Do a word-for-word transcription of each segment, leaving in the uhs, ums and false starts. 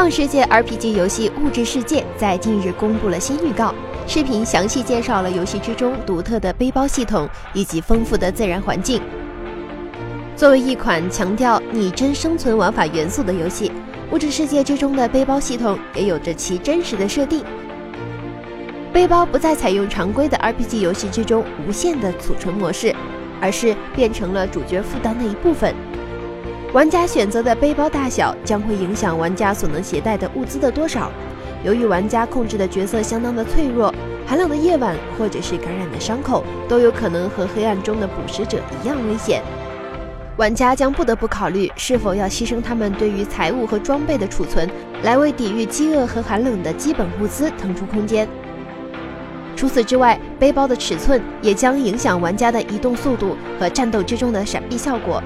创世界 R P G 游戏《物质世界》在近日公布了新预告，视频详细介绍了游戏之中独特的背包系统以及丰富的自然环境。作为一款强调拟真生存玩法元素的游戏，《物质世界》之中的背包系统也有着其真实的设定。背包不再采用常规的 R P G 游戏之中无限的储存模式，而是变成了主角负担的一部分。玩家选择的背包大小将会影响玩家所能携带的物资的多少。由于玩家控制的角色相当的脆弱，寒冷的夜晚或者是感染的伤口都有可能和黑暗中的捕食者一样危险。玩家将不得不考虑是否要牺牲他们对于财物和装备的储存，来为抵御饥饿和寒冷的基本物资腾出空间。除此之外，背包的尺寸也将影响玩家的移动速度和战斗之中的闪避效果。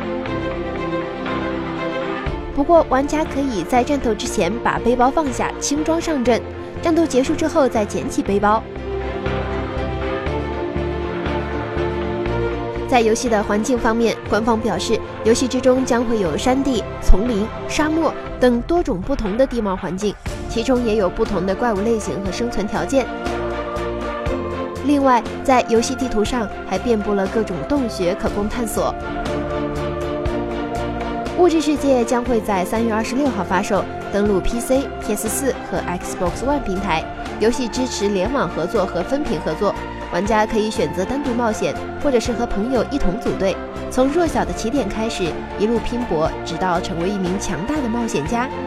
不过，玩家可以在战斗之前把背包放下，轻装上阵，战斗结束之后再捡起背包。在游戏的环境方面，官方表示，游戏之中将会有山地、丛林、沙漠等多种不同的地貌环境，其中也有不同的怪物类型和生存条件。另外，在游戏地图上还遍布了各种洞穴可供探索。物质世界将会在三月二十六号发售，登陆 P C、P S 四 和 Xbox One 平台。游戏支持联网合作和分屏合作，玩家可以选择单独冒险，或者是和朋友一同组队，从弱小的起点开始，一路拼搏，直到成为一名强大的冒险家。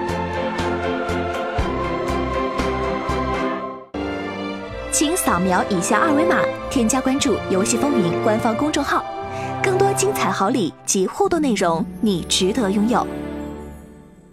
请扫描以下二维码，添加关注“游戏风云”官方公众号。更多精彩好礼及互动内容，你值得拥有。